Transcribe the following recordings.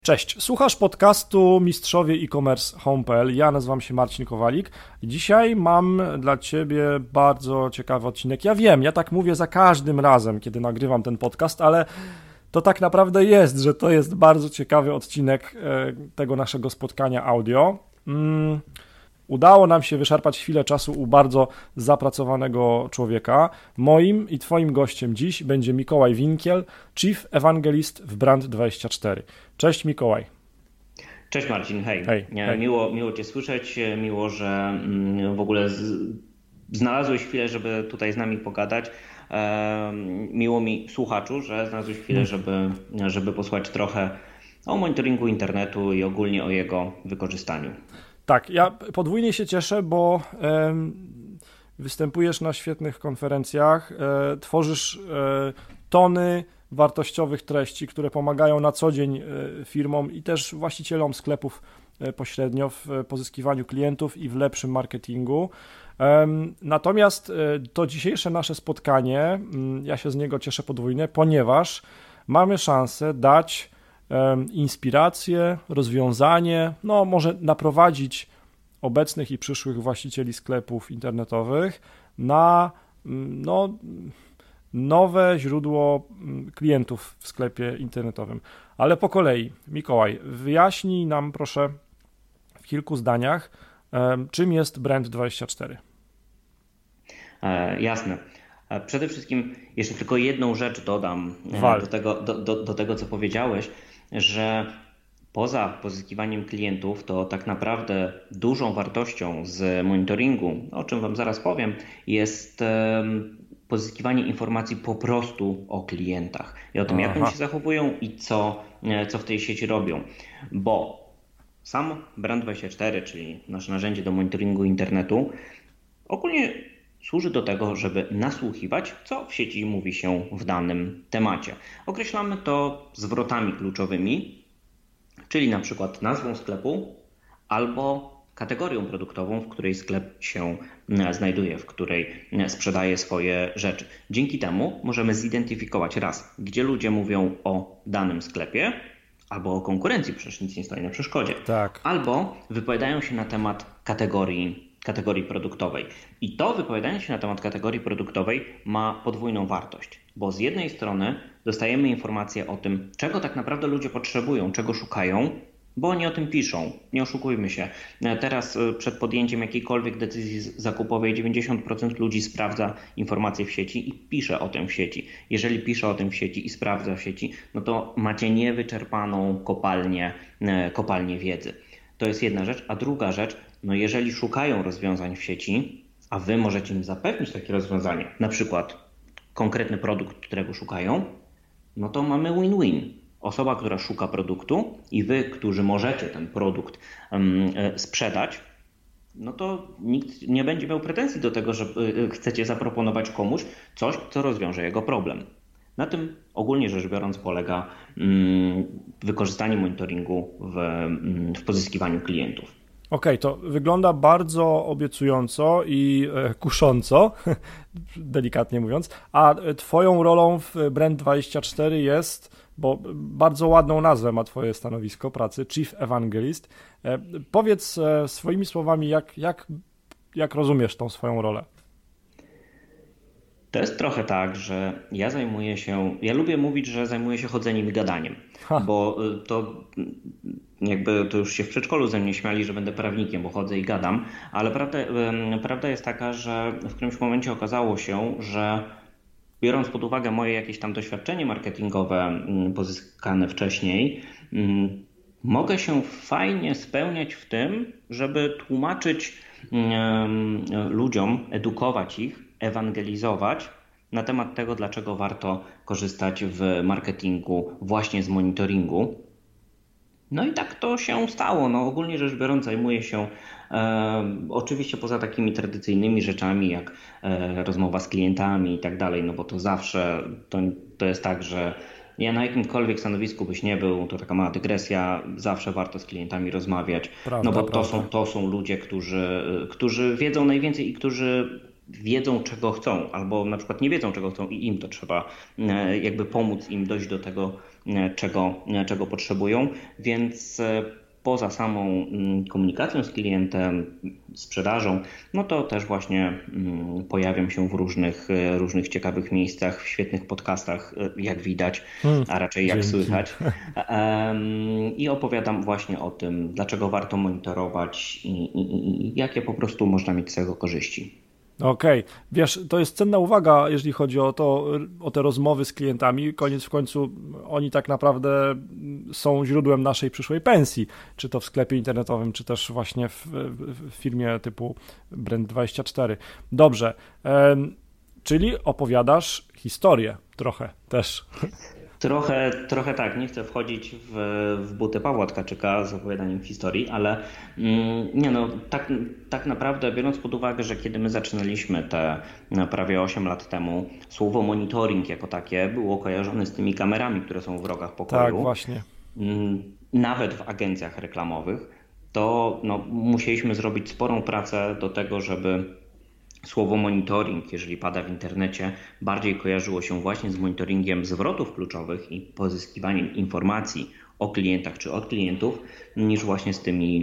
Cześć, słuchasz podcastu Mistrzowie e-commerce home.pl. Ja nazywam się Marcin Kowalik. Dzisiaj mam dla Ciebie bardzo ciekawy odcinek. Ja wiem, ja tak mówię za każdym razem, kiedy nagrywam ten podcast, ale to tak naprawdę jest, że to jest bardzo ciekawy odcinek tego naszego spotkania audio. Udało nam się wyszarpać chwilę czasu u bardzo zapracowanego człowieka. Moim i Twoim gościem dziś będzie Mikołaj Winkiel, Chief Evangelist w Brand24. Cześć Mikołaj. Cześć Marcin, hej. Hej. Miło Cię słyszeć, miło, że w ogóle znalazłeś chwilę, żeby tutaj z nami pogadać. Miło mi, słuchaczu, że znalazłeś chwilę, żeby posłuchać trochę o monitoringu internetu i ogólnie o jego wykorzystaniu. Tak, ja podwójnie się cieszę, bo występujesz na świetnych konferencjach, tworzysz tony wartościowych treści, które pomagają na co dzień firmom i też właścicielom sklepów pośrednio w pozyskiwaniu klientów i w lepszym marketingu. Natomiast to dzisiejsze nasze spotkanie, ja się z niego cieszę podwójnie, ponieważ mamy szansę dać inspirację, rozwiązanie, może naprowadzić obecnych i przyszłych właścicieli sklepów internetowych na nowe źródło klientów w sklepie internetowym. Ale po kolei, Mikołaj, wyjaśnij nam proszę w kilku zdaniach, czym jest Brand24. Jasne. Przede wszystkim jeszcze tylko jedną rzecz dodam do tego, co powiedziałeś, że poza pozyskiwaniem klientów, to tak naprawdę dużą wartością z monitoringu, o czym Wam zaraz powiem, jest pozyskiwanie informacji po prostu o klientach i o tym, jak oni się zachowują i co w tej sieci robią. Bo sam Brand24, czyli nasze narzędzie do monitoringu internetu, ogólnie służy do tego, żeby nasłuchiwać, co w sieci mówi się w danym temacie. Określamy to zwrotami kluczowymi, czyli na przykład nazwą sklepu albo kategorią produktową, w której sklep się znajduje, w której sprzedaje swoje rzeczy. Dzięki temu możemy zidentyfikować raz, gdzie ludzie mówią o danym sklepie, albo o konkurencji, przecież nic nie stoi na przeszkodzie, albo wypowiadają się na temat kategorii produktowej. I to wypowiadanie się na temat kategorii produktowej ma podwójną wartość, bo z jednej strony dostajemy informacje o tym, czego tak naprawdę ludzie potrzebują, czego szukają, bo oni o tym piszą. Nie oszukujmy się. Teraz przed podjęciem jakiejkolwiek decyzji zakupowej 90% ludzi sprawdza informacje w sieci i pisze o tym w sieci. Jeżeli pisze o tym w sieci i sprawdza w sieci, no to macie niewyczerpaną kopalnię wiedzy. To jest jedna rzecz, a druga rzecz, jeżeli szukają rozwiązań w sieci, a Wy możecie im zapewnić takie rozwiązanie, na przykład konkretny produkt, którego szukają, no to mamy win-win. Osoba, która szuka produktu i Wy, którzy możecie ten produkt sprzedać, no to nikt nie będzie miał pretensji do tego, że chcecie zaproponować komuś coś, co rozwiąże jego problem. Na tym ogólnie rzecz biorąc polega wykorzystanie monitoringu w pozyskiwaniu klientów. Okej, to wygląda bardzo obiecująco i kusząco, delikatnie mówiąc, a Twoją rolą w Brand24 jest, bo bardzo ładną nazwę ma Twoje stanowisko pracy, Chief Evangelist. Powiedz swoimi słowami, jak rozumiesz tą swoją rolę? To jest trochę tak, że ja lubię mówić, że zajmuję się chodzeniem i gadaniem, bo to już się w przedszkolu ze mnie śmiali, że będę prawnikiem, bo chodzę i gadam, ale prawda jest taka, że w którymś momencie okazało się, że biorąc pod uwagę moje jakieś tam doświadczenie marketingowe pozyskane wcześniej, mogę się fajnie spełniać w tym, żeby tłumaczyć ludziom, edukować ich, ewangelizować na temat tego, dlaczego warto korzystać w marketingu właśnie z monitoringu. No i tak to się stało. Ogólnie rzecz biorąc zajmuję się oczywiście poza takimi tradycyjnymi rzeczami jak rozmowa z klientami i tak dalej, no bo to zawsze to jest tak, że ja na jakimkolwiek stanowisku byś nie był, to taka mała dygresja, zawsze warto z klientami rozmawiać, bo to są ludzie, którzy wiedzą najwięcej i którzy wiedzą, czego chcą, albo na przykład nie wiedzą, czego chcą i im to trzeba jakby pomóc im dojść czego potrzebują, więc poza samą komunikacją z klientem, sprzedażą, no to też właśnie pojawiam się w różnych ciekawych miejscach, w świetnych podcastach, jak widać, a raczej jak słychać. I opowiadam właśnie o tym, dlaczego warto monitorować i jakie po prostu można mieć z tego korzyści. Okej. Wiesz, to jest cenna uwaga, jeżeli chodzi o te rozmowy z klientami. Koniec w końcu oni tak naprawdę są źródłem naszej przyszłej pensji, czy to w sklepie internetowym, czy też właśnie w firmie typu Brand24. Dobrze, czyli opowiadasz historię trochę też. Trochę tak, nie chcę wchodzić w buty Pawła Tkaczyka z opowiadaniem historii, ale nie no, tak naprawdę biorąc pod uwagę, że kiedy my zaczynaliśmy te prawie 8 lat temu, słowo monitoring jako takie było kojarzone z tymi kamerami, które są w rogach pokoju. Tak, właśnie. Nawet w agencjach reklamowych, to musieliśmy zrobić sporą pracę do tego, żeby słowo monitoring, jeżeli pada w internecie, bardziej kojarzyło się właśnie z monitoringiem zwrotów kluczowych i pozyskiwaniem informacji o klientach czy od klientów, niż właśnie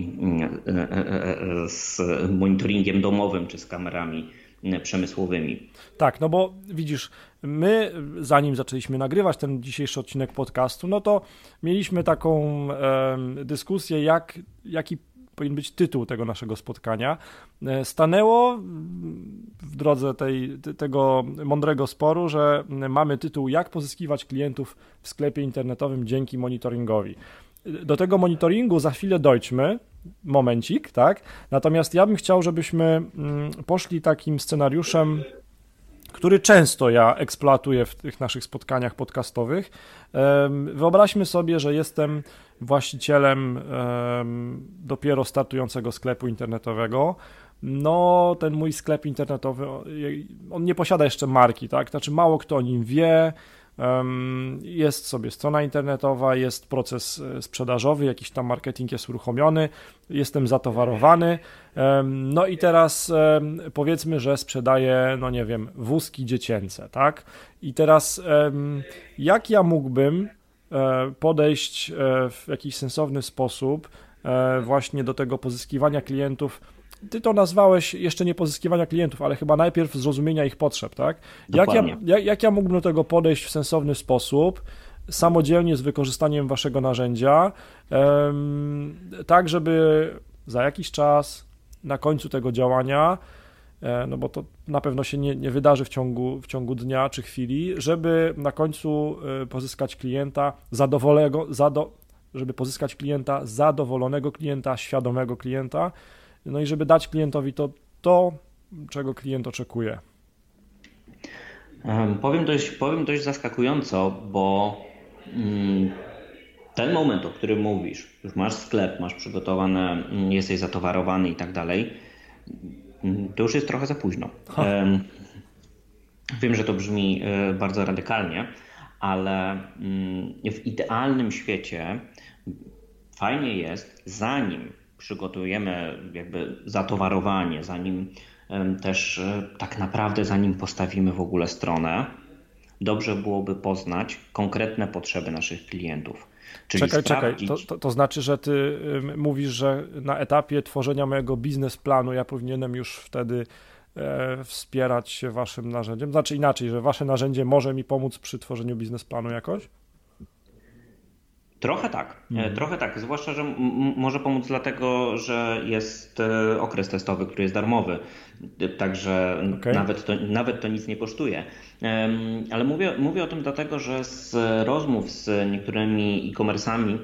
z monitoringiem domowym czy z kamerami przemysłowymi. Tak, no bo widzisz, my zanim zaczęliśmy nagrywać ten dzisiejszy odcinek podcastu, no to mieliśmy taką dyskusję, jaki powinien być tytuł tego naszego spotkania. Stanęło w drodze tego mądrego sporu, że mamy tytuł Jak pozyskiwać klientów w sklepie internetowym dzięki monitoringowi. Do tego monitoringu za chwilę dojdźmy, momencik, tak? Natomiast ja bym chciał, żebyśmy poszli takim scenariuszem, który często ja eksploatuję w tych naszych spotkaniach podcastowych. Wyobraźmy sobie, że jestem właścicielem dopiero startującego sklepu internetowego. No, ten mój sklep internetowy, on nie posiada jeszcze marki, tak? Znaczy mało kto o nim wie. Jest sobie strona internetowa, jest proces sprzedażowy, jakiś tam marketing jest uruchomiony, jestem zatowarowany. No i teraz powiedzmy, że sprzedaję, no nie wiem, wózki dziecięce, tak? I teraz jak ja mógłbym podejść w jakiś sensowny sposób właśnie do tego pozyskiwania klientów? Ty to nazwałeś jeszcze nie pozyskiwania klientów, ale chyba najpierw zrozumienia ich potrzeb, tak? Jak ja mógłbym do tego podejść w sensowny sposób, samodzielnie z wykorzystaniem waszego narzędzia, tak żeby za jakiś czas, na końcu tego działania, no bo to na pewno się nie wydarzy w ciągu dnia czy chwili, żeby na końcu pozyskać klienta zadowolonego klienta, świadomego klienta, no i żeby dać klientowi to, czego klient oczekuje. Powiem dość zaskakująco, bo ten moment, o którym mówisz, już masz sklep, masz przygotowane, jesteś zatowarowany i tak dalej, to już jest trochę za późno. Wiem, że to brzmi bardzo radykalnie, ale w idealnym świecie fajnie jest, zanim przygotujemy jakby zatowarowanie, zanim też tak naprawdę zanim postawimy w ogóle stronę, dobrze byłoby poznać konkretne potrzeby naszych klientów. Czyli Czekaj, to znaczy, że ty mówisz, że na etapie tworzenia mojego biznesplanu ja powinienem już wtedy wspierać się waszym narzędziem? Znaczy inaczej, że wasze narzędzie może mi pomóc przy tworzeniu biznesplanu jakoś? Trochę tak, zwłaszcza, że może pomóc dlatego, że jest okres testowy, który jest darmowy, także nawet to nic nie kosztuje. Ale mówię o tym dlatego, że z rozmów z niektórymi e-commerce'ami,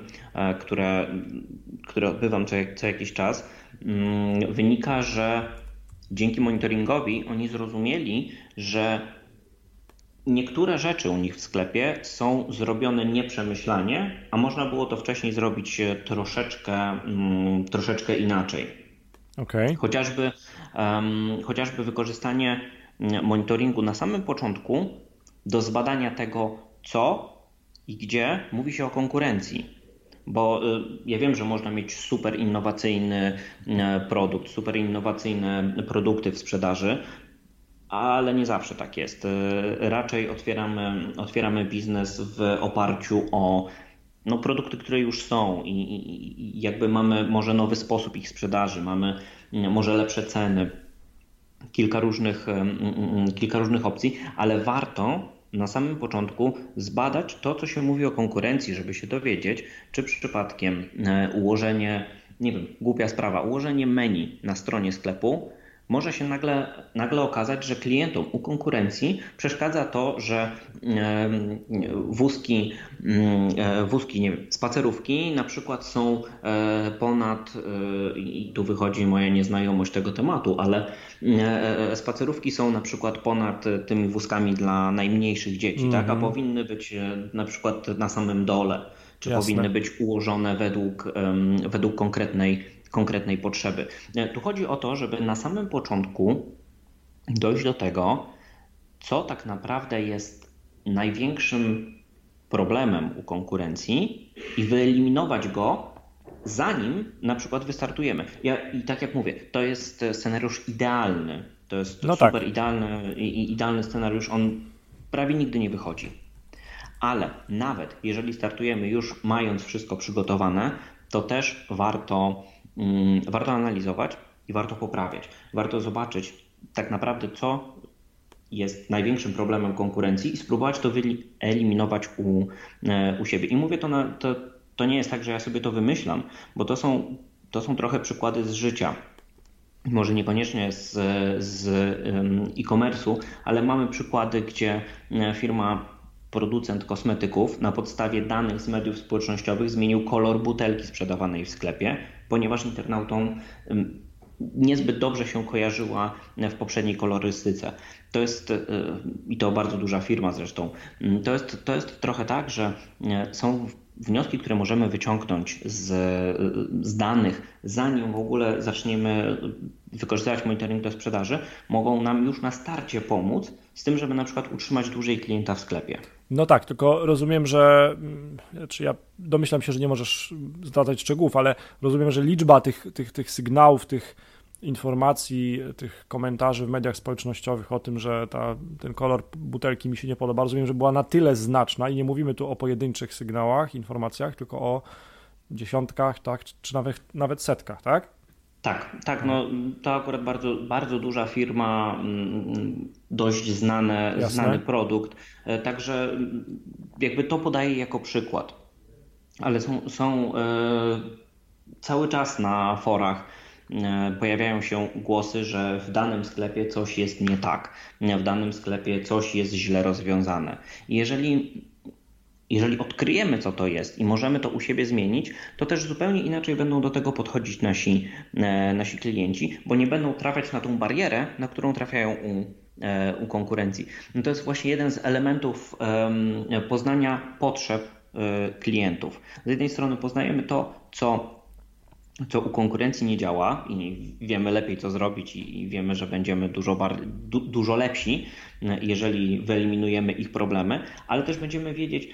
które odbywam co jakiś czas, wynika, że dzięki monitoringowi oni zrozumieli, że niektóre rzeczy u nich w sklepie są zrobione nieprzemyślanie, a można było to wcześniej zrobić troszeczkę inaczej. Okay. Chociażby wykorzystanie monitoringu na samym początku do zbadania tego, co i gdzie mówi się o konkurencji. Bo ja wiem, że można mieć super innowacyjny produkt, super innowacyjne produkty w sprzedaży, ale nie zawsze tak jest. Raczej otwieramy biznes w oparciu o produkty, które już są i jakby mamy może nowy sposób ich sprzedaży, mamy może lepsze ceny, kilka różnych opcji, ale warto na samym początku zbadać to, co się mówi o konkurencji, żeby się dowiedzieć, czy przypadkiem ułożenie, nie wiem, głupia sprawa, ułożenie menu na stronie sklepu może się nagle okazać, że klientom u konkurencji przeszkadza to, że wózki, nie wiem, spacerówki na przykład są ponad, i tu wychodzi moja nieznajomość tego tematu, ale spacerówki są na przykład ponad tymi wózkami dla najmniejszych dzieci, tak? A powinny być na przykład na samym dole, czy powinny być ułożone według konkretnej potrzeby. Tu chodzi o to, żeby na samym początku dojść do tego, co tak naprawdę jest największym problemem u konkurencji i wyeliminować go, zanim na przykład wystartujemy. I tak jak mówię, to jest scenariusz idealny. To jest super idealny scenariusz. On prawie nigdy nie wychodzi. Ale nawet jeżeli startujemy już mając wszystko przygotowane, to też warto analizować i warto poprawiać. Warto zobaczyć tak naprawdę, co jest największym problemem konkurencji i spróbować to wyeliminować u siebie. I mówię to nie jest tak, że ja sobie to wymyślam, bo to są trochę przykłady z życia. Może niekoniecznie z e-commerce'u, ale mamy przykłady, gdzie producent kosmetyków na podstawie danych z mediów społecznościowych zmienił kolor butelki sprzedawanej w sklepie, ponieważ internautom niezbyt dobrze się kojarzyła w poprzedniej kolorystyce. To jest, i to bardzo duża firma zresztą, to jest trochę tak, że są wnioski, które możemy wyciągnąć z danych, zanim w ogóle zaczniemy wykorzystywać monitoring do sprzedaży, mogą nam już na starcie pomóc z tym, żeby na przykład utrzymać dłużej klienta w sklepie. No tak, tylko rozumiem, że, ja domyślam się, że nie możesz zdradzać szczegółów, ale rozumiem, że liczba tych sygnałów, tych informacji, tych komentarzy w mediach społecznościowych o tym, że ten kolor butelki mi się nie podoba, rozumiem, że była na tyle znaczna i nie mówimy tu o pojedynczych sygnałach, informacjach, tylko o dziesiątkach, tak, czy nawet setkach, tak? Tak, no to akurat bardzo, bardzo duża firma, dość znany produkt, także jakby to podaję jako przykład, ale są cały czas na forach pojawiają się głosy, że w danym sklepie coś jest nie tak, w danym sklepie coś jest źle rozwiązane. Jeżeli odkryjemy, co to jest i możemy to u siebie zmienić, to też zupełnie inaczej będą do tego podchodzić nasi klienci, bo nie będą trafiać na tą barierę, na którą trafiają u konkurencji. No to jest właśnie jeden z elementów poznania potrzeb klientów. Z jednej strony poznajemy to, co u konkurencji nie działa i wiemy lepiej, co zrobić i wiemy, że będziemy dużo lepsi, jeżeli wyeliminujemy ich problemy, ale też będziemy wiedzieć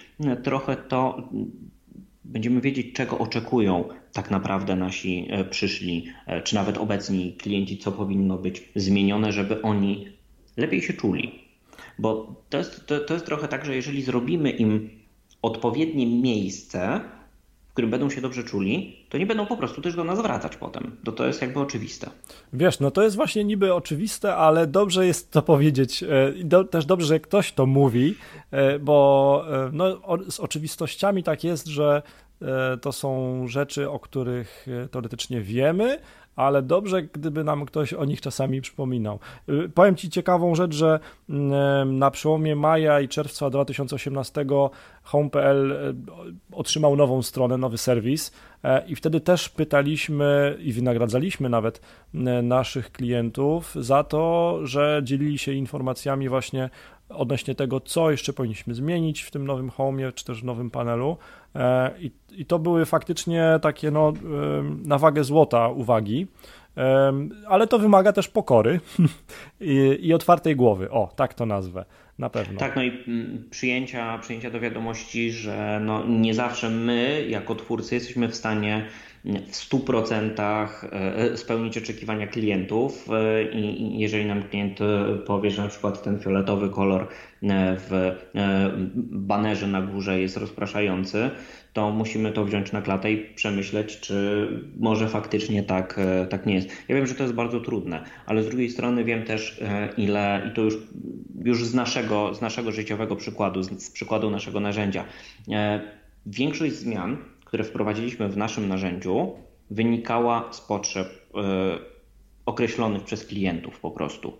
będziemy wiedzieć, czego oczekują tak naprawdę nasi przyszli, czy nawet obecni klienci, co powinno być zmienione, żeby oni lepiej się czuli. Bo to jest trochę tak, że jeżeli zrobimy im odpowiednie miejsce, w którym będą się dobrze czuli, to nie będą po prostu też do nas wracać potem. To jest jakby oczywiste. Wiesz, no to jest właśnie niby oczywiste, ale dobrze jest to powiedzieć. Też dobrze, że ktoś to mówi, bo z oczywistościami tak jest, że to są rzeczy, o których teoretycznie wiemy, ale dobrze, gdyby nam ktoś o nich czasami przypominał. Powiem Ci ciekawą rzecz, że na przełomie maja i czerwca 2018 Home.pl otrzymał nową stronę, nowy serwis i wtedy też pytaliśmy i wynagradzaliśmy nawet naszych klientów za to, że dzielili się informacjami właśnie odnośnie tego, co jeszcze powinniśmy zmienić w tym nowym Home'ie, czy też w nowym panelu. I to były faktycznie takie na wagę złota uwagi, ale to wymaga też pokory i otwartej głowy, tak to nazwę. na pewno. Tak, no i przyjęcia do wiadomości, że no nie zawsze my jako twórcy jesteśmy w stanie w 100% spełnić oczekiwania klientów i jeżeli nam klient powie, że na przykład ten fioletowy kolor w banerze na górze jest rozpraszający, to musimy to wziąć na klatę i przemyśleć, czy może faktycznie tak nie jest. Ja wiem, że to jest bardzo trudne, ale z drugiej strony wiem też ile, i to już z naszego życiowego przykładu, z przykładu naszego narzędzia, większość zmian, które wprowadziliśmy w naszym narzędziu, wynikała z potrzeb określonych przez klientów po prostu.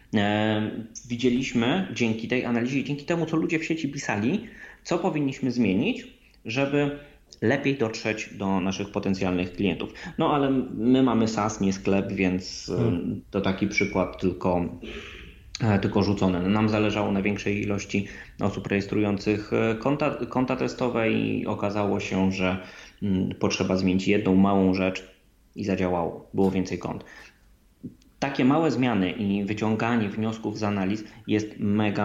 Widzieliśmy dzięki tej analizie, dzięki temu, co ludzie w sieci pisali, co powinniśmy zmienić, żeby lepiej dotrzeć do naszych potencjalnych klientów. No ale my mamy SaaS, nie sklep, więc to taki przykład tylko rzucone. Nam zależało na większej ilości osób rejestrujących konta testowe i okazało się, że potrzeba zmienić jedną małą rzecz i zadziałało. Było więcej kont. Takie małe zmiany i wyciąganie wniosków z analiz jest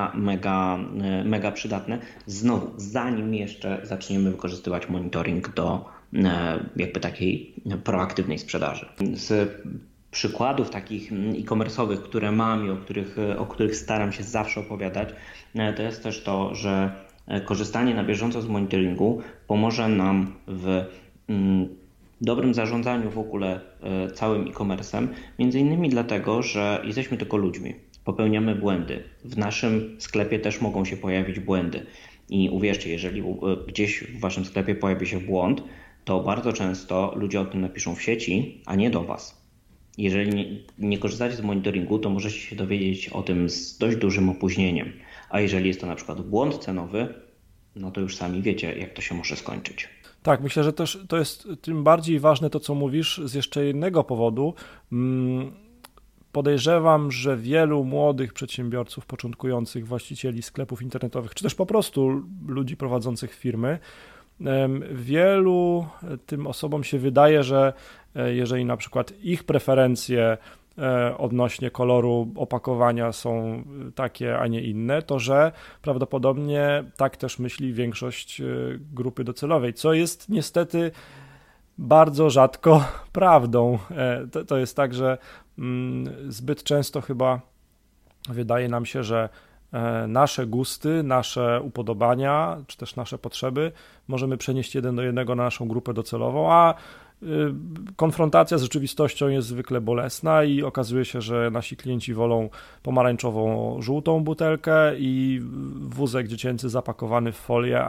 mega przydatne. Znowu, zanim jeszcze zaczniemy wykorzystywać monitoring do jakby takiej proaktywnej sprzedaży. Z przykładów takich e-commerce'owych, które mam i o których staram się zawsze opowiadać, to jest też to, że korzystanie na bieżąco z monitoringu pomoże nam w dobrym zarządzaniu w ogóle całym e-commerce'em, między innymi dlatego, że jesteśmy tylko ludźmi, popełniamy błędy. W naszym sklepie też mogą się pojawić błędy i uwierzcie, jeżeli gdzieś w waszym sklepie pojawi się błąd, to bardzo często ludzie o tym napiszą w sieci, a nie do was. Jeżeli nie korzystacie z monitoringu, to możecie się dowiedzieć o tym z dość dużym opóźnieniem, a jeżeli jest to na przykład błąd cenowy, no to już sami wiecie, jak to się może skończyć. Tak, myślę, że też to jest tym bardziej ważne to, co mówisz, z jeszcze jednego powodu. Podejrzewam, że wielu młodych przedsiębiorców, początkujących właścicieli sklepów internetowych, czy też po prostu ludzi prowadzących firmy, wielu tym osobom się wydaje, że jeżeli na przykład ich preferencje odnośnie koloru opakowania są takie, a nie inne, to że prawdopodobnie tak też myśli większość grupy docelowej, co jest niestety bardzo rzadko prawdą. To jest tak, że zbyt często chyba wydaje nam się, że nasze gusty, nasze upodobania, czy też nasze potrzeby możemy przenieść 1:1 na naszą grupę docelową, a konfrontacja z rzeczywistością jest zwykle bolesna i okazuje się, że nasi klienci wolą pomarańczową, żółtą butelkę i wózek dziecięcy zapakowany w folię,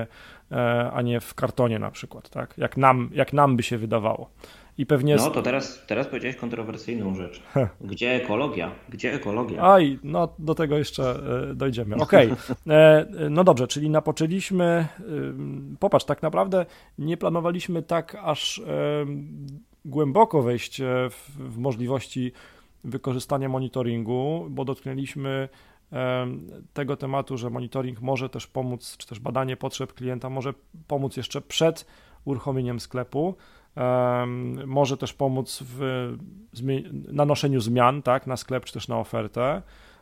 a nie w kartonie na przykład, tak? Jak nam by się wydawało. I pewnie... No to teraz powiedziałeś kontrowersyjną rzecz. Gdzie ekologia? Gdzie ekologia? Aj, no do tego jeszcze dojdziemy. Okej. No dobrze, czyli napoczęliśmy, popatrz, tak naprawdę nie planowaliśmy tak aż głęboko wejść w możliwości wykorzystania monitoringu, bo dotknęliśmy tego tematu, że monitoring może też pomóc, czy też badanie potrzeb klienta może pomóc jeszcze przed uruchomieniem sklepu. Może też pomóc w nanoszeniu zmian, tak, na sklep czy też na ofertę.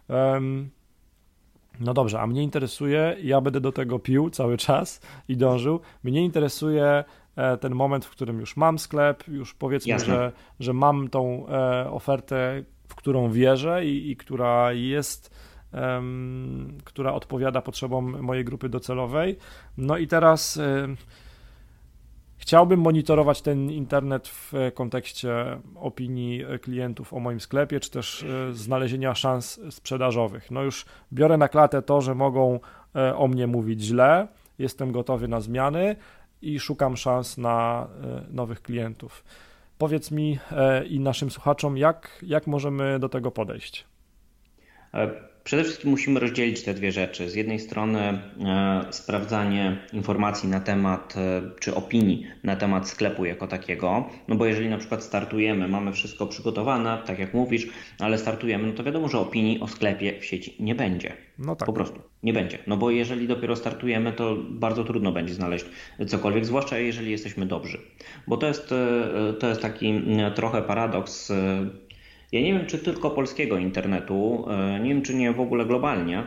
No dobrze, a mnie interesuje, ja będę do tego pił cały czas i dążył, mnie interesuje ten moment, w którym już mam sklep, już powiedzmy, że mam tą ofertę, w którą wierzę i która jest, która odpowiada potrzebom mojej grupy docelowej. No i teraz chciałbym monitorować ten internet w kontekście opinii klientów o moim sklepie, czy też znalezienia szans sprzedażowych. No już biorę na klatę to, że mogą o mnie mówić źle, jestem gotowy na zmiany i szukam szans na nowych klientów. Powiedz mi i naszym słuchaczom, jak możemy do tego podejść? Przede wszystkim musimy rozdzielić te dwie rzeczy. Z jednej strony sprawdzanie informacji na temat, czy opinii na temat sklepu jako takiego, no bo jeżeli na przykład startujemy, mamy wszystko przygotowane, tak jak mówisz, ale startujemy, no to wiadomo, że opinii o sklepie w sieci nie będzie. No tak. Po prostu nie będzie. No bo jeżeli dopiero startujemy, to bardzo trudno będzie znaleźć cokolwiek, zwłaszcza jeżeli jesteśmy dobrzy. Bo to jest taki trochę paradoks. Ja nie wiem, czy tylko polskiego internetu, nie wiem, czy nie w ogóle globalnie,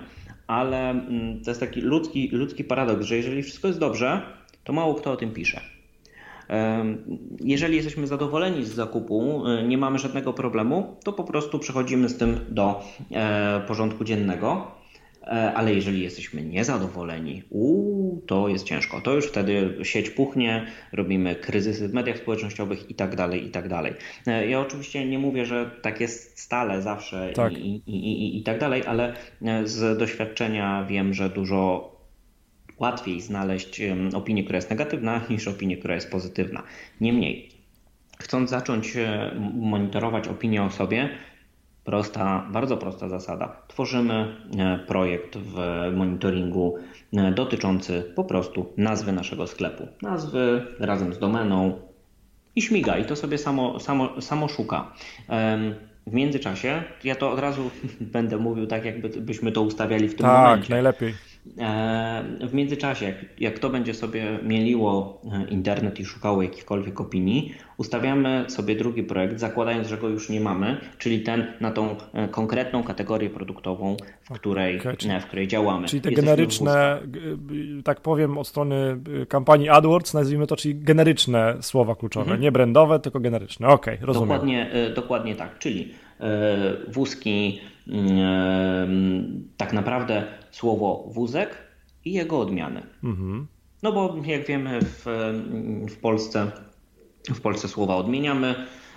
ale to jest taki ludzki paradoks, że jeżeli wszystko jest dobrze, to mało kto o tym pisze. Jeżeli jesteśmy zadowoleni z zakupu, nie mamy żadnego problemu, to po prostu przechodzimy z tym do porządku dziennego, ale jeżeli jesteśmy niezadowoleni, to jest ciężko. To już wtedy sieć puchnie, robimy kryzysy w mediach społecznościowych i tak dalej, i tak dalej. Ja oczywiście nie mówię, że tak jest stale, zawsze tak. I tak dalej, ale z doświadczenia wiem, że dużo łatwiej znaleźć opinię, która jest negatywna, niż opinię, która jest pozytywna. Niemniej, chcąc zacząć monitorować opinię o sobie, bardzo prosta zasada. Tworzymy projekt w monitoringu dotyczący po prostu nazwy naszego sklepu. Nazwy razem z domeną i śmiga i to sobie samo szuka. W międzyczasie, ja to od razu będę mówił tak, jakbyśmy to ustawiali w tym momencie. Tak, najlepiej. W międzyczasie, jak to będzie sobie mieliło internet i szukało jakichkolwiek opinii, ustawiamy sobie drugi projekt, zakładając, że go już nie mamy, czyli ten na tą konkretną kategorię produktową, w której działamy. Czyli te generyczne, tak powiem, od strony kampanii AdWords, nazwijmy to, czyli generyczne słowa kluczowe, nie brandowe, tylko generyczne. Okej, rozumiem. Dokładnie tak, czyli wózki, tak naprawdę słowo wózek i jego odmiany. No bo jak wiemy w Polsce słowa odmieniamy.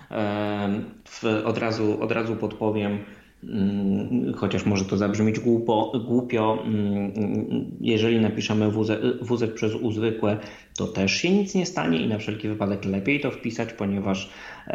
Od razu podpowiem, chociaż może to zabrzmieć głupio, jeżeli napiszemy wózek przez U zwykłe, to też się nic nie stanie i na wszelki wypadek lepiej to wpisać, ponieważ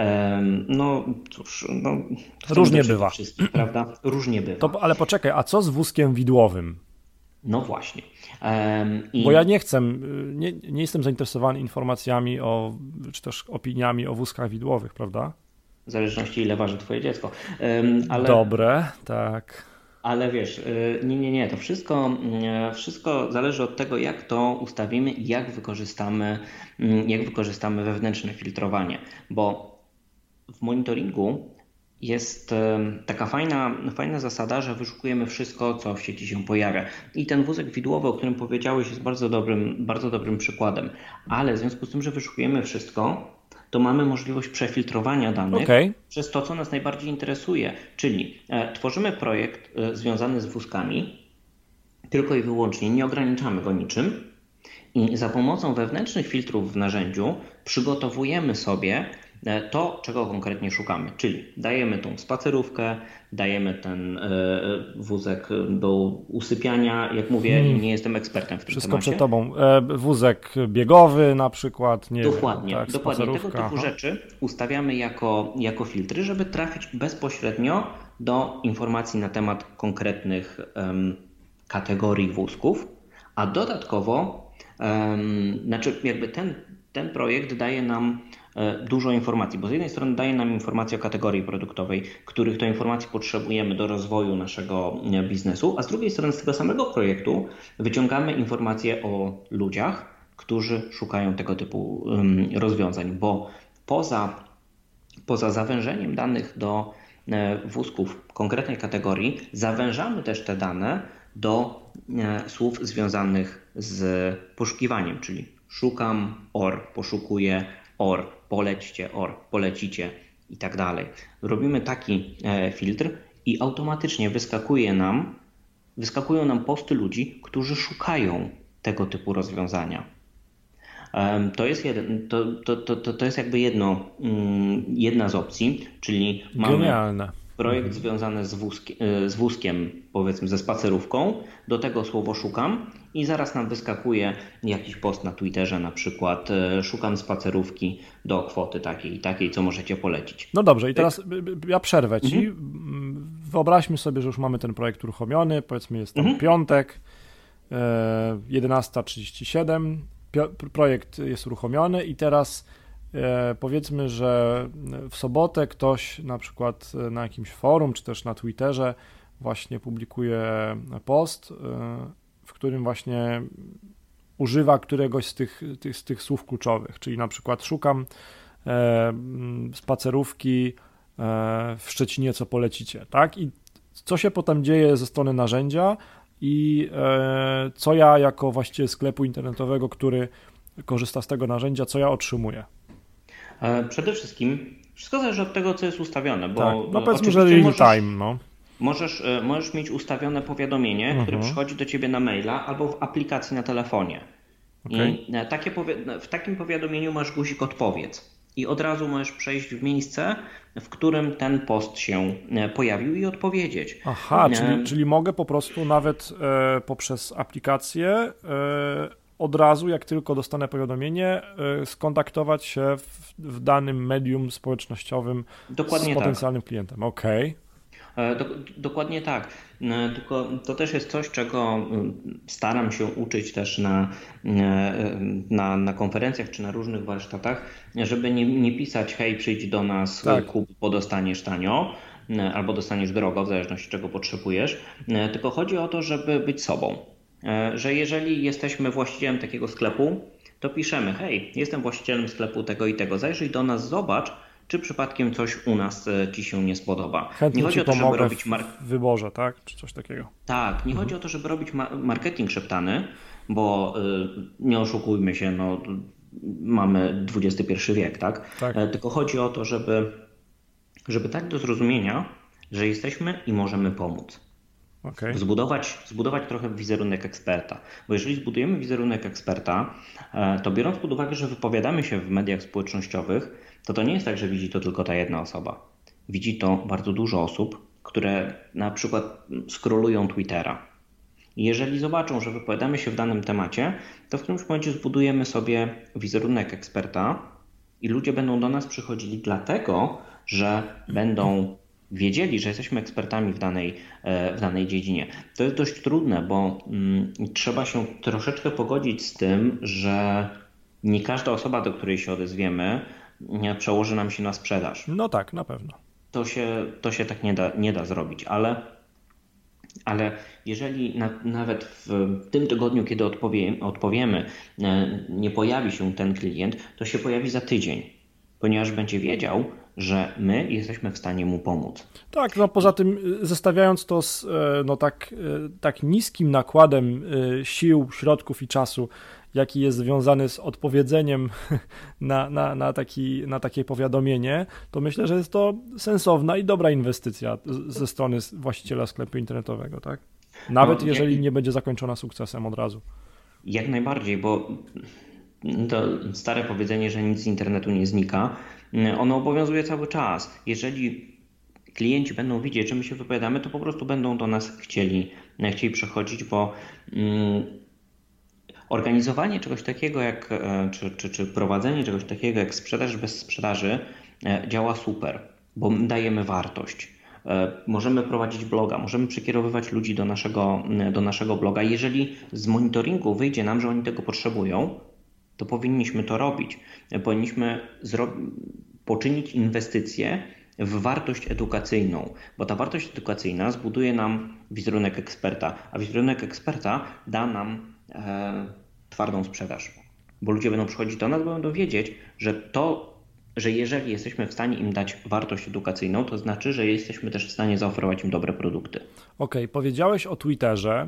różnie bywa. Prawda? Różnie bywa. Ale poczekaj, a co z wózkiem widłowym? No właśnie. Bo ja nie jestem zainteresowany informacjami czy też opiniami o wózkach widłowych, prawda? W zależności ile waży twoje dziecko. Dobre, tak. Ale wiesz, nie, to wszystko zależy od tego, jak to ustawimy i jak wykorzystamy wewnętrzne filtrowanie, bo w monitoringu jest taka fajna zasada, że wyszukujemy wszystko, co w sieci się pojawia. I ten wózek widłowy, o którym powiedziałeś, jest bardzo dobrym przykładem. Ale w związku z tym, że wyszukujemy wszystko, to mamy możliwość przefiltrowania danych przez to, co nas najbardziej interesuje. Czyli tworzymy projekt związany z wózkami, tylko i wyłącznie, nie ograniczamy go niczym i za pomocą wewnętrznych filtrów w narzędziu przygotowujemy sobie to, czego konkretnie szukamy, czyli dajemy tą spacerówkę, dajemy ten wózek do usypiania, jak mówię, nie jestem ekspertem w tym wszystko temacie. Przed tobą. Wózek biegowy na przykład. Dokładnie. Tego typu rzeczy ustawiamy jako filtry, żeby trafić bezpośrednio do informacji na temat konkretnych kategorii wózków, a dodatkowo ten projekt daje nam dużo informacji, bo z jednej strony daje nam informacje o kategorii produktowej, których to informacji potrzebujemy do rozwoju naszego biznesu, a z drugiej strony z tego samego projektu wyciągamy informacje o ludziach, którzy szukają tego typu rozwiązań, bo poza zawężeniem danych do wózków konkretnej kategorii, zawężamy też te dane do słów związanych z poszukiwaniem, czyli szukam, poszukuję, polećcie, polecicie i tak dalej. Robimy taki filtr i automatycznie wyskakują nam posty ludzi, którzy szukają tego typu rozwiązania. To jest jakby jedna z opcji, czyli mamy projekt związany z wózkiem, powiedzmy ze spacerówką, do tego słowo szukam i zaraz nam wyskakuje jakiś post na Twitterze, na przykład szukam spacerówki do kwoty takiej i takiej, co możecie polecić. No dobrze, i teraz ja przerwę Ci. Wyobraźmy sobie, że już mamy ten projekt uruchomiony, powiedzmy jest tam piątek, 11:37, projekt jest uruchomiony i teraz powiedzmy, że w sobotę ktoś na przykład na jakimś forum, czy też na Twitterze właśnie publikuje post, w którym właśnie używa któregoś z tych słów kluczowych, czyli na przykład szukam spacerówki w Szczecinie, co polecicie, tak? I co się potem dzieje ze strony narzędzia? i co ja jako właściciel sklepu internetowego, który korzysta z tego narzędzia, co ja otrzymuję? Przede wszystkim wszystko zależy od tego, co jest ustawione, bo tak, no powiedzmy, że real time, no. Możesz mieć ustawione powiadomienie, które przychodzi do ciebie na maila albo w aplikacji na telefonie. Okay. I w takim powiadomieniu masz guzik odpowiedz i od razu możesz przejść w miejsce, w którym ten post się pojawił i odpowiedzieć. Aha, czyli mogę po prostu nawet poprzez aplikację od razu, jak tylko dostanę powiadomienie, skontaktować się w danym medium społecznościowym z potencjalnym klientem. Okej. Dokładnie tak. Tylko to też jest coś, czego staram się uczyć też na konferencjach czy na różnych warsztatach, żeby nie pisać hej, przyjdź do nas, tak. Kup, bo dostaniesz tanio albo dostaniesz drogo, w zależności czego potrzebujesz, tylko chodzi o to, żeby być sobą. Że jeżeli jesteśmy właścicielem takiego sklepu, to piszemy hej, jestem właścicielem sklepu tego i tego, zajrzyj do nas, zobacz, czy przypadkiem coś u nas ci się nie spodoba. Chętnie nie chodzi o to, żeby robić w wyborze, tak? Czy coś takiego. Tak, nie chodzi o to, żeby robić marketing szeptany, bo nie oszukujmy się, no, mamy XXI wiek, tak? Tylko chodzi o to, żeby tak do zrozumienia, że jesteśmy i możemy pomóc. Okay. Zbudować trochę wizerunek eksperta. Bo jeżeli zbudujemy wizerunek eksperta, to biorąc pod uwagę, że wypowiadamy się w mediach społecznościowych, to nie jest tak, że widzi to tylko ta jedna osoba. Widzi to bardzo dużo osób, które na przykład scrollują Twittera. I jeżeli zobaczą, że wypowiadamy się w danym temacie, to w którymś momencie zbudujemy sobie wizerunek eksperta i ludzie będą do nas przychodzili dlatego, że będą wiedzieli, że jesteśmy ekspertami w danej dziedzinie. To jest dość trudne, bo trzeba się troszeczkę pogodzić z tym, że nie każda osoba, do której się odezwiemy, przełoży nam się na sprzedaż. No tak, na pewno. To się tak nie da zrobić, ale jeżeli nawet w tym tygodniu, kiedy odpowiemy, nie pojawi się ten klient, to się pojawi za tydzień, ponieważ będzie wiedział, że my jesteśmy w stanie mu pomóc. Tak, no poza tym zestawiając to z tak niskim nakładem sił, środków i czasu, jaki jest związany z odpowiedzeniem na takie powiadomienie, to myślę, że jest to sensowna i dobra inwestycja ze strony właściciela sklepu internetowego, tak? Nawet jeżeli nie będzie zakończona sukcesem od razu. Jak najbardziej, bo to stare powiedzenie, że nic z internetu nie znika, ono obowiązuje cały czas. Jeżeli klienci będą widzieć, że my się wypowiadamy, to po prostu będą do nas chcieli przechodzić, bo organizowanie czegoś takiego czy prowadzenie czegoś takiego jak sprzedaż bez sprzedaży działa super, bo dajemy wartość. Możemy prowadzić bloga, możemy przekierowywać ludzi do naszego bloga. Jeżeli z monitoringu wyjdzie nam, że oni tego potrzebują, to powinniśmy to robić. Powinniśmy poczynić inwestycje w wartość edukacyjną, bo ta wartość edukacyjna zbuduje nam wizerunek eksperta, a wizerunek eksperta da nam twardą sprzedaż, bo ludzie będą przychodzić do nas, bo będą wiedzieć, że jeżeli jesteśmy w stanie im dać wartość edukacyjną, to znaczy, że jesteśmy też w stanie zaoferować im dobre produkty. Okej, powiedziałeś o Twitterze.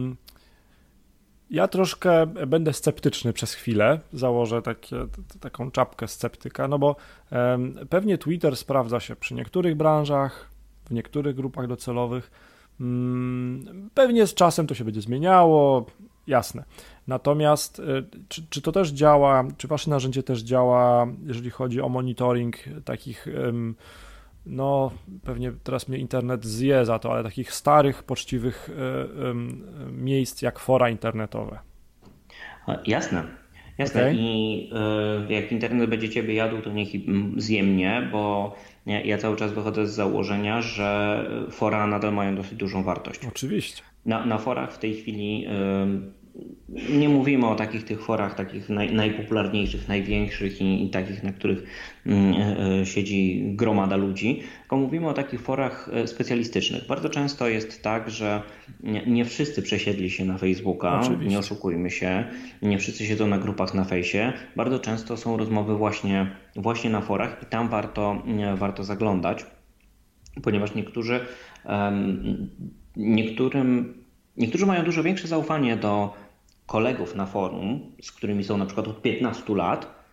Ja troszkę będę sceptyczny przez chwilę, założę taką czapkę sceptyka, no bo pewnie Twitter sprawdza się przy niektórych branżach, w niektórych grupach docelowych. Pewnie z czasem to się będzie zmieniało, jasne. Natomiast czy to też działa, czy wasze narzędzie też działa, jeżeli chodzi o monitoring takich, no pewnie teraz mnie internet zje za to, ale takich starych, poczciwych miejsc jak fora internetowe? Jasne. Okay. I jak internet będzie ciebie jadł, to niech zje mnie, bo ja cały czas wychodzę z założenia, że fora nadal mają dosyć dużą wartość. Oczywiście. Na forach w tej chwili nie mówimy o tych forach takich najpopularniejszych, największych i takich, na których siedzi gromada ludzi, tylko mówimy o takich forach specjalistycznych. Bardzo często jest tak, że nie wszyscy przesiedli się na Facebooka, oczywiście. Nie oszukujmy się, nie wszyscy siedzą na grupach na fejsie. Bardzo często są rozmowy właśnie na forach i tam warto zaglądać, ponieważ niektórym niektórzy mają dużo większe zaufanie do kolegów na forum, z którymi są na przykład od 15 lat,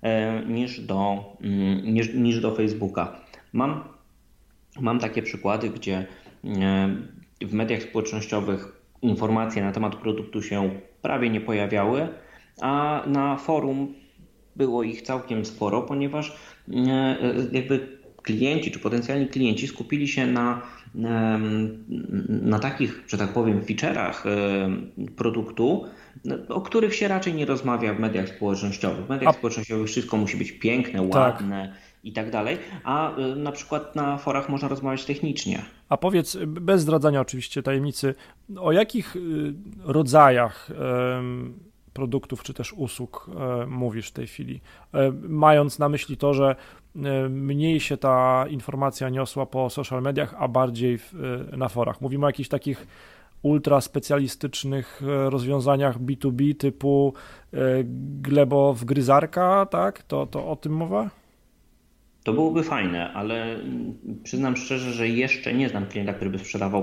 niż do Facebooka. Mam takie przykłady, gdzie w mediach społecznościowych informacje na temat produktu się prawie nie pojawiały, a na forum było ich całkiem sporo, ponieważ jakby klienci czy potencjalni klienci skupili się na takich, że tak powiem, feature'ach produktu, o których się raczej nie rozmawia w mediach społecznościowych. W mediach społecznościowych wszystko musi być piękne, ładne i tak dalej, a na przykład na forach można rozmawiać technicznie. A powiedz, bez zdradzania oczywiście tajemnicy, o jakich rodzajach produktów czy też usług mówisz w tej chwili, mając na myśli to, że mniej się ta informacja niosła po social mediach, a bardziej na forach. Mówimy o jakichś takich ultra specjalistycznych rozwiązaniach B2B typu glebowgryzarka, tak? To o tym mowa? To byłoby fajne, ale przyznam szczerze, że jeszcze nie znam klienta, który by sprzedawał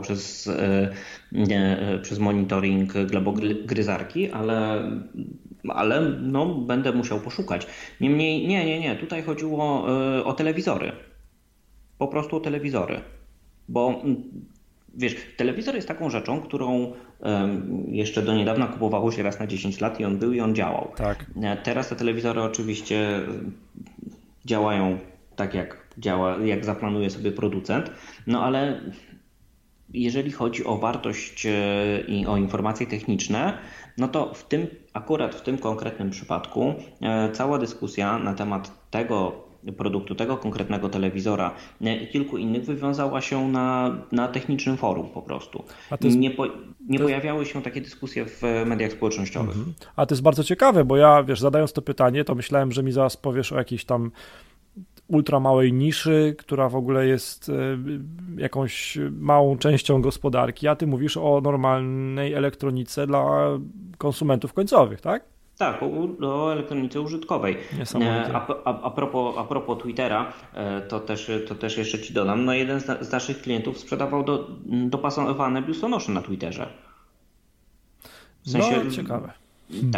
przez monitoring glebogryzarki, ale no, będę musiał poszukać. Niemniej nie. Tutaj chodziło o telewizory. Po prostu o telewizory. Bo wiesz, telewizor jest taką rzeczą, którą jeszcze do niedawna kupowało się raz na 10 lat i on był i on działał. Tak. Teraz te telewizory oczywiście działają tak jak zaplanuje sobie producent, no ale jeżeli chodzi o wartość i o informacje techniczne, no to akurat w tym konkretnym przypadku cała dyskusja na temat tego produktu, tego konkretnego telewizora i kilku innych wywiązała się na technicznym forum po prostu. Nie pojawiały się takie dyskusje w mediach społecznościowych. A to jest bardzo ciekawe, bo ja, zadając to pytanie, to myślałem, że mi zaraz powiesz o jakiejś tam ultra małej niszy, która w ogóle jest jakąś małą częścią gospodarki, a ty mówisz o normalnej elektronice dla konsumentów końcowych, tak? Tak, o elektronice użytkowej. A propos Twittera, to też jeszcze ci dodam, no jeden z naszych klientów sprzedawał dopasowane biustonosze na Twitterze. W sensie, ciekawe. Tak,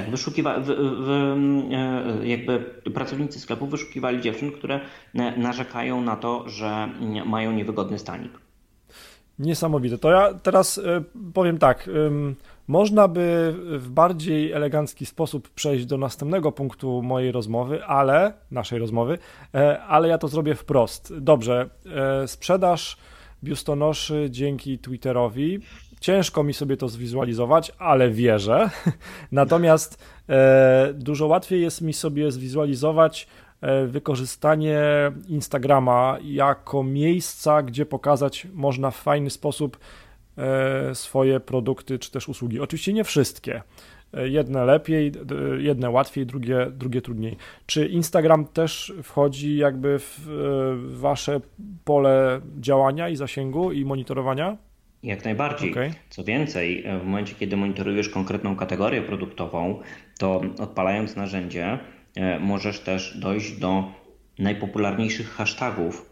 jakby pracownicy sklepu wyszukiwali dziewczyn, które narzekają na to, że mają niewygodny stanik. Niesamowite. To ja teraz powiem tak, można by w bardziej elegancki sposób przejść do następnego punktu naszej rozmowy, ale ja to zrobię wprost. Dobrze, sprzedaż biustonoszy dzięki Twitterowi. Ciężko mi sobie to zwizualizować, ale wierzę. Natomiast dużo łatwiej jest mi sobie zwizualizować wykorzystanie Instagrama jako miejsca, gdzie pokazać można w fajny sposób swoje produkty czy też usługi. Oczywiście nie wszystkie. Jedne lepiej, jedne łatwiej, drugie trudniej. Czy Instagram też wchodzi jakby w wasze pole działania i zasięgu i monitorowania? Jak najbardziej. Okay. Co więcej, w momencie, kiedy monitorujesz konkretną kategorię produktową, to odpalając narzędzie możesz też dojść do najpopularniejszych hashtagów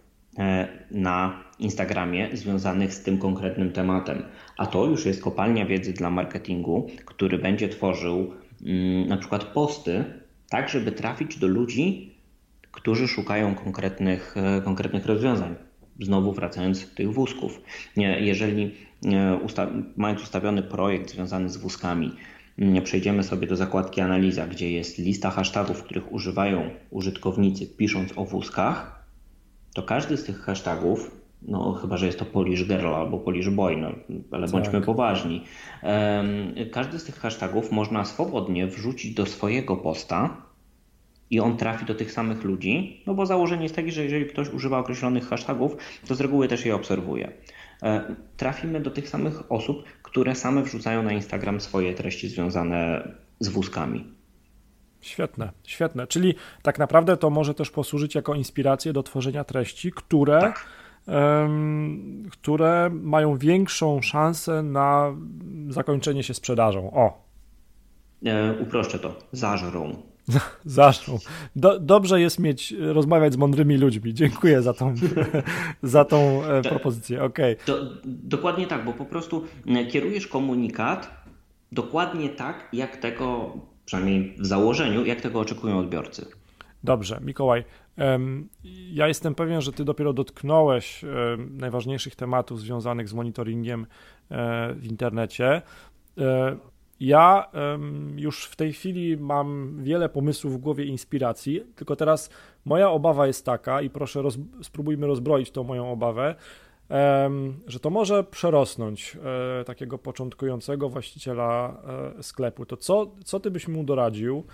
na Instagramie związanych z tym konkretnym tematem. A to już jest kopalnia wiedzy dla marketingu, który będzie tworzył na przykład posty, tak żeby trafić do ludzi, którzy szukają konkretnych rozwiązań. Znowu wracając do tych wózków. Jeżeli mając ustawiony projekt związany z wózkami, przejdziemy sobie do zakładki analiza, gdzie jest lista hashtagów, których używają użytkownicy pisząc o wózkach, to każdy z tych hashtagów, no chyba że jest to Polish Girl albo Polish Boy, no, ale bądźmy poważni, każdy z tych hashtagów można swobodnie wrzucić do swojego posta i on trafi do tych samych ludzi, no bo założenie jest takie, że jeżeli ktoś używa określonych hashtagów, to z reguły też je obserwuje. Trafimy do tych samych osób, które same wrzucają na Instagram swoje treści związane z wózkami. Świetne. Czyli tak naprawdę to może też posłużyć jako inspirację do tworzenia treści, które mają większą szansę na zakończenie się sprzedażą. Uproszczę to. Zażrą. Zaczął. Dobrze jest rozmawiać z mądrymi ludźmi. Dziękuję za tą propozycję. Okay. Dokładnie tak, bo po prostu kierujesz komunikat dokładnie tak, jak tego, przynajmniej w założeniu, jak tego oczekują odbiorcy. Dobrze, Mikołaj. Ja jestem pewien, że ty dopiero dotknąłeś najważniejszych tematów związanych z monitoringiem w internecie. Ja już w tej chwili mam wiele pomysłów w głowie, inspiracji, tylko teraz moja obawa jest taka i proszę spróbujmy rozbroić tą moją obawę, że to może przerosnąć takiego początkującego właściciela sklepu. To co ty byś mu doradził,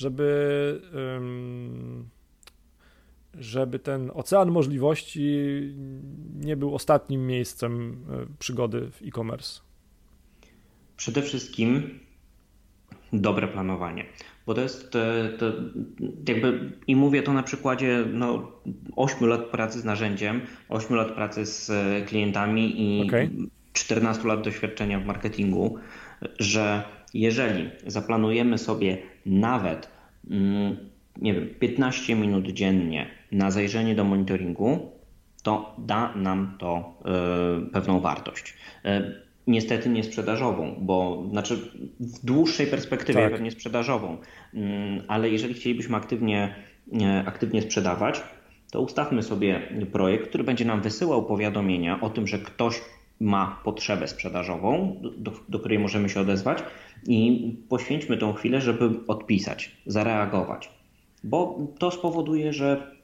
żeby ten ocean możliwości nie był ostatnim miejscem przygody w e-commerce? Przede wszystkim dobre planowanie, bo to jest to jakby, i mówię to na przykładzie 8 lat pracy z narzędziem, 8 lat pracy z klientami i 14 lat doświadczenia w marketingu, że jeżeli zaplanujemy sobie nawet 15 minut dziennie na zajrzenie do monitoringu, to da nam to pewną wartość. Niestety nie sprzedażową, bo znaczy w dłuższej perspektywie pewnie sprzedażową, ale jeżeli chcielibyśmy aktywnie sprzedawać, to ustawmy sobie projekt, który będzie nam wysyłał powiadomienia o tym, że ktoś ma potrzebę sprzedażową, do której możemy się odezwać, i poświęćmy tą chwilę, żeby odpisać, zareagować, bo to spowoduje, że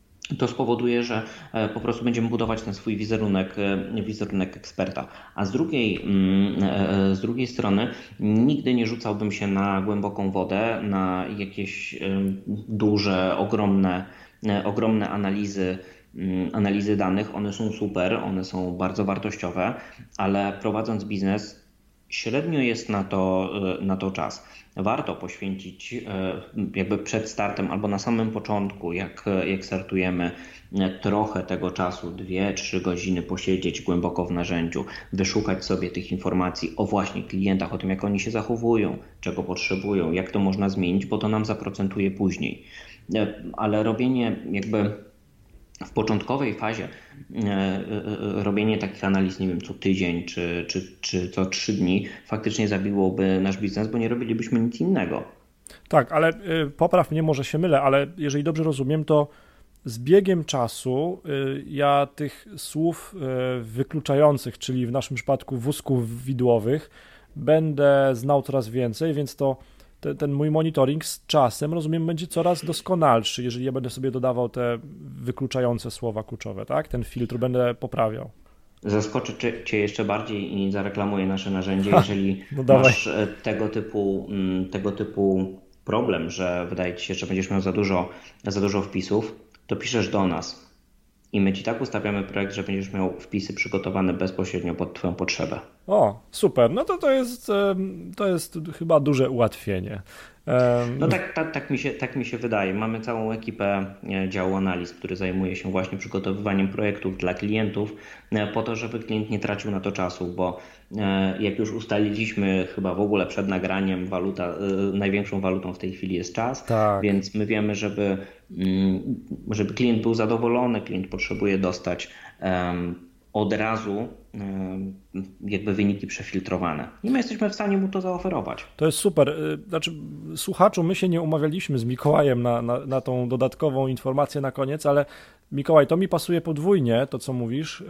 po prostu będziemy budować ten swój wizerunek eksperta. A z drugiej strony nigdy nie rzucałbym się na głęboką wodę, na jakieś duże, ogromne analizy danych. One są super, one są bardzo wartościowe, ale prowadząc biznes średnio jest na to czas. Warto poświęcić jakby przed startem albo na samym początku, jak startujemy, trochę tego czasu, 2-3 godziny posiedzieć głęboko w narzędziu, wyszukać sobie tych informacji o właśnie klientach, o tym, jak oni się zachowują, czego potrzebują, jak to można zmienić, bo to nam zaprocentuje później. Ale robienie jakby w początkowej fazie robienie takich analiz, nie wiem, co tydzień czy co 3 dni faktycznie zabiłoby nasz biznes, bo nie robilibyśmy nic innego. Tak, ale popraw mnie, może się mylę, ale jeżeli dobrze rozumiem, to z biegiem czasu ja tych słów wykluczających, czyli w naszym przypadku wózków widłowych, będę znał coraz więcej, więc to ten mój monitoring z czasem, rozumiem, będzie coraz doskonalszy, jeżeli ja będę sobie dodawał te wykluczające słowa kluczowe, tak? Ten filtr będę poprawiał. Zaskoczę Cię jeszcze bardziej i zareklamuję nasze narzędzie, jeżeli masz tego typu problem, że wydaje Ci się, że będziesz miał za dużo wpisów, to piszesz do nas i my Ci tak ustawiamy projekt, że będziesz miał wpisy przygotowane bezpośrednio pod Twoją potrzebę. O, super. No to jest chyba duże ułatwienie. No tak mi się wydaje. Mamy całą ekipę działu analiz, który zajmuje się właśnie przygotowywaniem projektów dla klientów, po to, żeby klient nie tracił na to czasu, bo jak już ustaliliśmy chyba w ogóle przed nagraniem, największą walutą w tej chwili jest czas, tak. Więc my wiemy, żeby klient był zadowolony, klient potrzebuje dostać od razu jakby wyniki przefiltrowane. I my jesteśmy w stanie mu to zaoferować. To jest super. Znaczy, słuchaczu, my się nie umawialiśmy z Mikołajem na tą dodatkową informację na koniec, ale Mikołaj, to mi pasuje podwójnie, to co mówisz.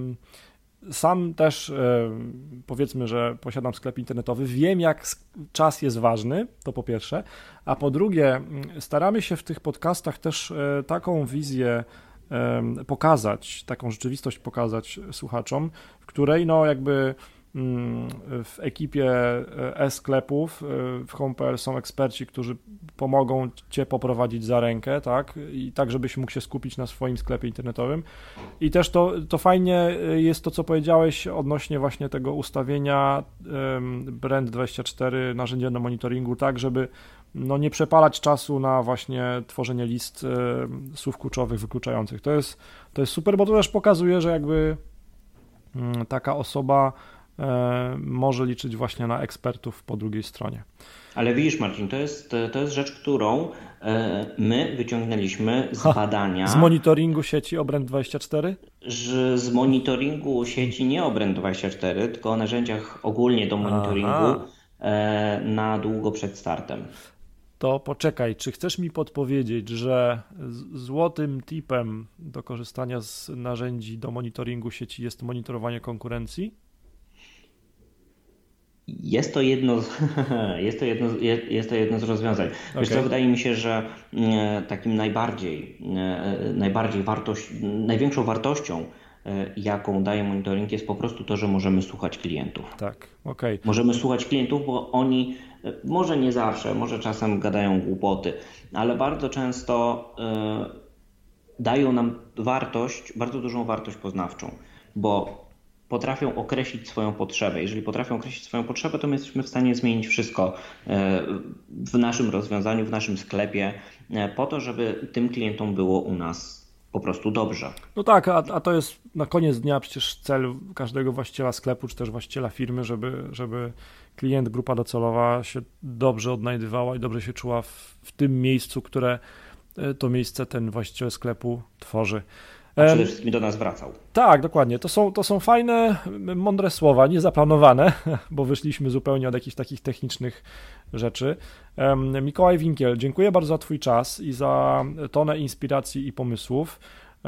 Sam też powiedzmy, że posiadam sklep internetowy, wiem, jak czas jest ważny, to po pierwsze, a po drugie staramy się w tych podcastach też taką wizję pokazać, taką rzeczywistość pokazać słuchaczom, w której jakby w ekipie e-sklepów w Home.pl są eksperci, którzy pomogą Cię poprowadzić za rękę, tak? I tak, żebyś mógł się skupić na swoim sklepie internetowym. I też to fajnie jest to, co powiedziałeś odnośnie właśnie tego ustawienia Brand24, narzędzia do monitoringu, tak, żeby nie przepalać czasu na właśnie tworzenie list słów kluczowych wykluczających. To jest super, bo to też pokazuje, że jakby taka osoba może liczyć właśnie na ekspertów po drugiej stronie. Ale widzisz, Marcin, to jest rzecz, którą my wyciągnęliśmy z badania. Z monitoringu sieci Obręcz24? Z monitoringu sieci nie Obręcz24, tylko o narzędziach ogólnie do monitoringu na długo przed startem. To poczekaj, czy chcesz mi podpowiedzieć, że złotym tipem do korzystania z narzędzi do monitoringu sieci jest monitorowanie konkurencji? Jest to jedno z rozwiązań. Wiesz co, wydaje mi się, że takim największą wartością, jaką daje monitoring, jest po prostu to, że możemy słuchać klientów. Tak, okej. Możemy słuchać klientów, bo oni może nie zawsze, może czasem gadają głupoty, ale bardzo często dają nam bardzo dużą wartość poznawczą, bo potrafią określić swoją potrzebę. Jeżeli potrafią określić swoją potrzebę, to my jesteśmy w stanie zmienić wszystko w naszym rozwiązaniu, w naszym sklepie, po to, żeby tym klientom było u nas po prostu dobrze. No tak, a to jest na koniec dnia przecież cel każdego właściciela sklepu, czy też właściciela firmy, żeby klient, grupa docelowa się dobrze odnajdywała i dobrze się czuła w tym miejscu, które to miejsce ten właściciel sklepu tworzy. A przede wszystkim do nas wracał. Tak, dokładnie. To są fajne, mądre słowa, niezaplanowane, bo wyszliśmy zupełnie od jakichś takich technicznych rzeczy. Mikołaj Winkiel, dziękuję bardzo za Twój czas i za tonę inspiracji i pomysłów.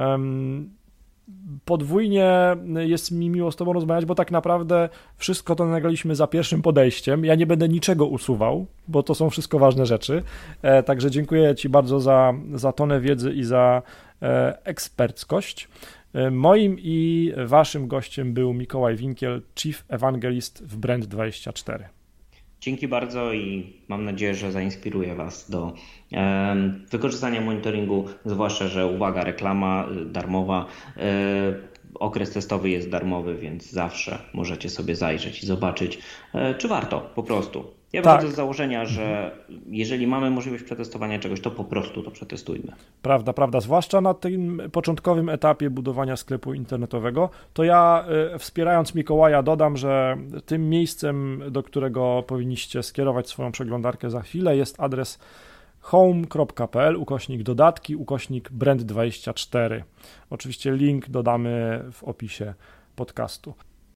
Podwójnie jest mi miło z Tobą rozmawiać, bo tak naprawdę wszystko to nagraliśmy za pierwszym podejściem. Ja nie będę niczego usuwał, bo to są wszystko ważne rzeczy. Także dziękuję Ci bardzo za tonę wiedzy i za eksperckość. Moim i Waszym gościem był Mikołaj Winkiel, Chief Evangelist w Brand24. Dzięki bardzo i mam nadzieję, że zainspiruję Was do wykorzystania monitoringu, zwłaszcza, że uwaga, reklama darmowa, okres testowy jest darmowy, więc zawsze możecie sobie zajrzeć i zobaczyć, czy warto po prostu. Ja wychodzę z założenia, że jeżeli mamy możliwość przetestowania czegoś, to po prostu to przetestujmy. Prawda, zwłaszcza na tym początkowym etapie budowania sklepu internetowego, to ja wspierając Mikołaja dodam, że tym miejscem, do którego powinniście skierować swoją przeglądarkę za chwilę, jest adres home.pl/dodatki /brand24. Oczywiście link dodamy w opisie podcastu.